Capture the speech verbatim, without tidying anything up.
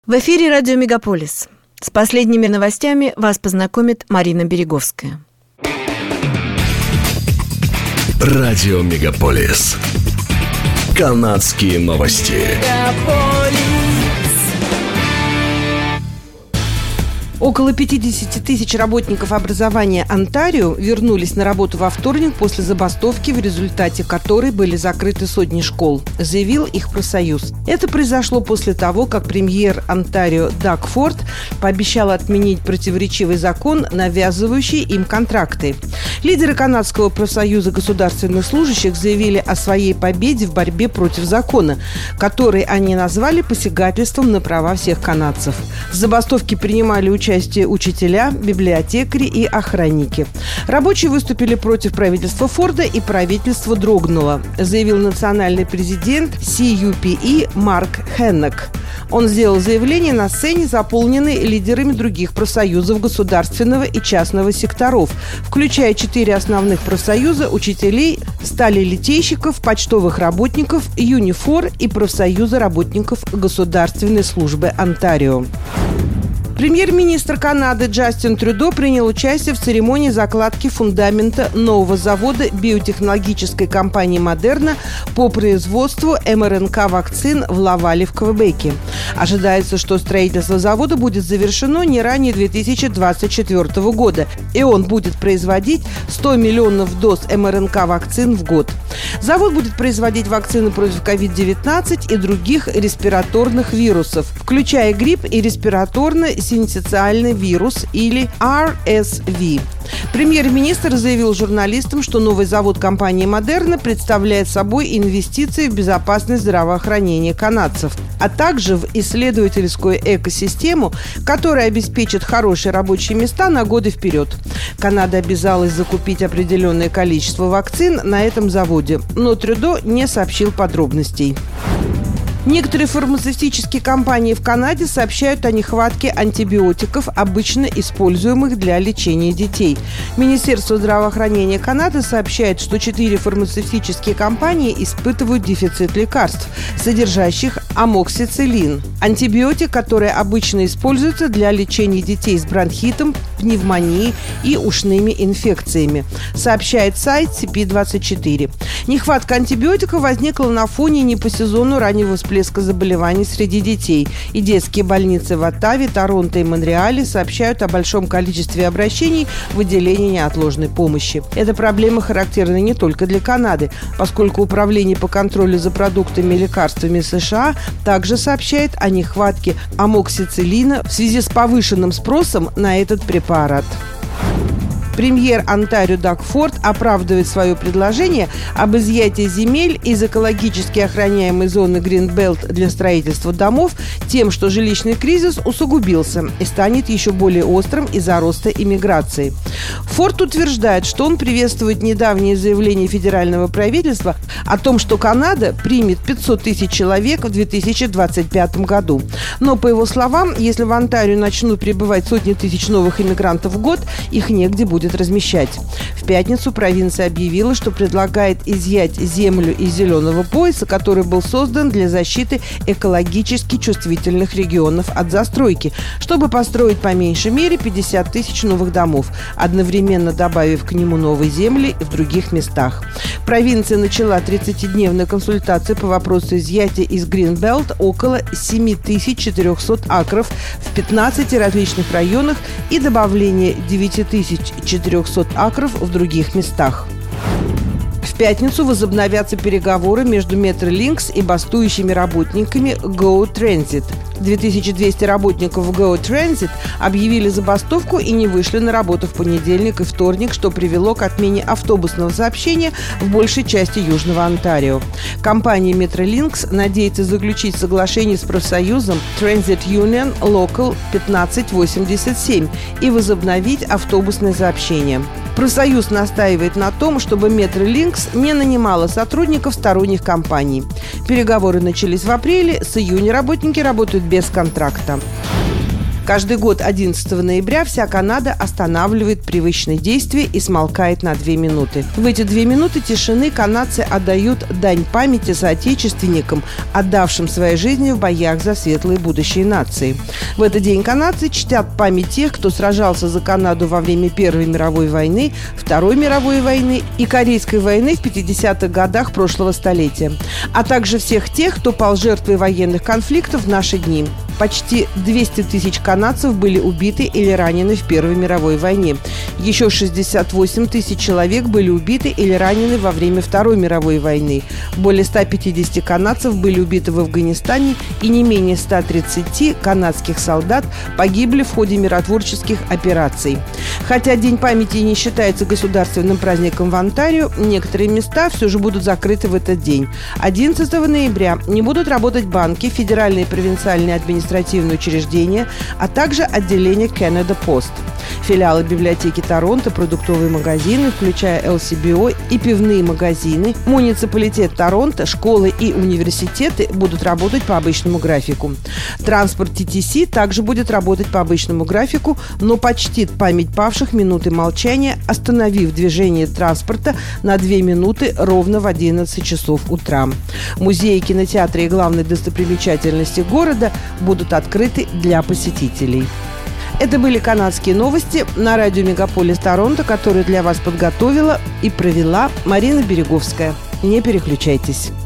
В эфире радио «Мегаполис». С последними новостями вас познакомит Марина Береговская. Радио «Мегаполис». Канадские новости. Около пятьдесят тысяч работников образования Онтарио вернулись на работу во вторник после забастовки, в результате которой были закрыты сотни школ, заявил их профсоюз. Это произошло после того, как премьер Онтарио Даг Форд пообещал отменить противоречивый закон, навязывающий им контракты. Лидеры канадского профсоюза государственных служащих заявили о своей победе в борьбе против закона, который они назвали посягательством на права всех канадцев. В забастовке принимали участие учителя, библиотекари и охранники. Рабочие выступили против правительства Форда, и правительство дрогнуло, заявил национальный президент си ю пи и Марк Хеннек. Он сделал заявление на сцене, заполненной лидерами других профсоюзов государственного и частного секторов, включая четыре основных профсоюза учителей, сталелитейщиков, почтовых работников, Юнифор и профсоюза работников Государственной службы Онтарио. Премьер-министр Канады Джастин Трюдо принял участие в церемонии закладки фундамента нового завода биотехнологической компании «Модерна» по производству эм эр эн ка-вакцин в Лавале в Квебеке. Ожидается, что строительство завода будет завершено не ранее две тысячи двадцать четвёртого года, и он будет производить сто миллионов доз эм эр эн ка-вакцин в год. Завод будет производить вакцины против ковид девятнадцать и других респираторных вирусов, включая грипп и респираторно-синтетиальный вирус или ар эс ви. Премьер-министр заявил журналистам, что новый завод компании «Модерна» представляет собой инвестиции в безопасность здравоохранения канадцев, а также в исследовательскую экосистему, которая обеспечит хорошие рабочие места на годы вперед. Канада обязалась закупить определенное количество вакцин на этом заводе, но Трюдо не сообщил подробностей. Некоторые фармацевтические компании в Канаде сообщают о нехватке антибиотиков, обычно используемых для лечения детей. Министерство здравоохранения Канады сообщает, что четыре фармацевтические компании испытывают дефицит лекарств, содержащих амоксициллин, антибиотик, который обычно используется для лечения детей с бронхитом, пневмонией и ушными инфекциями, сообщает сайт си пи двадцать четыре. Нехватка антибиотиков возникла на фоне не по сезону раннего всплеска заболеваний среди детей, и детские больницы в Оттаве, Торонто и Монреале сообщают о большом количестве обращений в отделение неотложной помощи. Эта проблема характерна не только для Канады, поскольку Управление по контролю за продуктами и лекарствами США также сообщает о нехватке амоксициллина в связи с повышенным спросом на этот препарат. Премьер Онтарио Даг Форд оправдывает свое предложение об изъятии земель из экологически охраняемой зоны Гринбелт для строительства домов тем, что жилищный кризис усугубился и станет еще более острым из-за роста иммиграции. Форд утверждает, что он приветствует недавнее заявление федерального правительства о том, что Канада примет пятьсот тысяч человек в две тысячи двадцать пятом году. Но, по его словам, если в Онтарио начнут прибывать сотни тысяч новых иммигрантов в год, их негде будет размещать. В пятницу провинция объявила, что предлагает изъять землю из зеленого пояса, который был создан для защиты экологически чувствительных регионов от застройки, чтобы построить по меньшей мере пятьдесят тысяч новых домов, одновременно добавив к нему новые земли в других местах. Провинция начала тридцатидневную консультацию по вопросу изъятия из Гринбелт около семь тысяч четыреста акров в пятнадцати различных районах и добавление девять тысяч четыреста акров в других местах. В пятницу возобновятся переговоры между Metrolinx и бастующими работниками Go Transit. две тысячи двести работников Go Transit объявили забастовку и не вышли на работу в понедельник и вторник, что привело к отмене автобусного сообщения в большей части Южного Онтарио. Компания Metrolinx надеется заключить соглашение с профсоюзом Transit Union Local пятнадцать восемьдесят семь и возобновить автобусное сообщение. Профсоюз настаивает на том, чтобы Metrolinx не нанимала сотрудников сторонних компаний. Переговоры начались в апреле, с июня работники работают без контракта. Каждый год одиннадцатого ноября вся Канада останавливает привычные действия и смолкает на две минуты. В эти две минуты тишины канадцы отдают дань памяти соотечественникам, отдавшим свои жизни в боях за светлое будущее нации. В этот день канадцы чтят память тех, кто сражался за Канаду во время Первой мировой войны, Второй мировой войны и Корейской войны в пятидесятых годах прошлого столетия, а также всех тех, кто пал жертвой военных конфликтов в наши дни. Почти двести тысяч канадцев были убиты или ранены в Первой мировой войне. Еще шестьдесят восемь тысяч человек были убиты или ранены во время Второй мировой войны. Более ста пятидесяти канадцев были убиты в Афганистане, и не менее ста тридцати канадских солдат погибли в ходе миротворческих операций. Хотя День памяти не считается государственным праздником в Онтарио, некоторые места все же будут закрыты в этот день. одиннадцатого ноября не будут работать банки, федеральные и провинциальные администрации, административные учреждения, а также отделение Canada Post. Филиалы библиотеки Торонто, продуктовые магазины, включая эл си би о, и пивные магазины, муниципалитет Торонто, школы и университеты будут работать по обычному графику. Транспорт ти ти си также будет работать по обычному графику, но почтит память павших минуты молчания, остановив движение транспорта на две минуты ровно в одиннадцать часов утра. Музеи, кинотеатры и главные достопримечательности города будут открыты для посетителей. Это были канадские новости на радио Мегаполис Торонто, которые для вас подготовила и провела Марина Береговская. Не переключайтесь.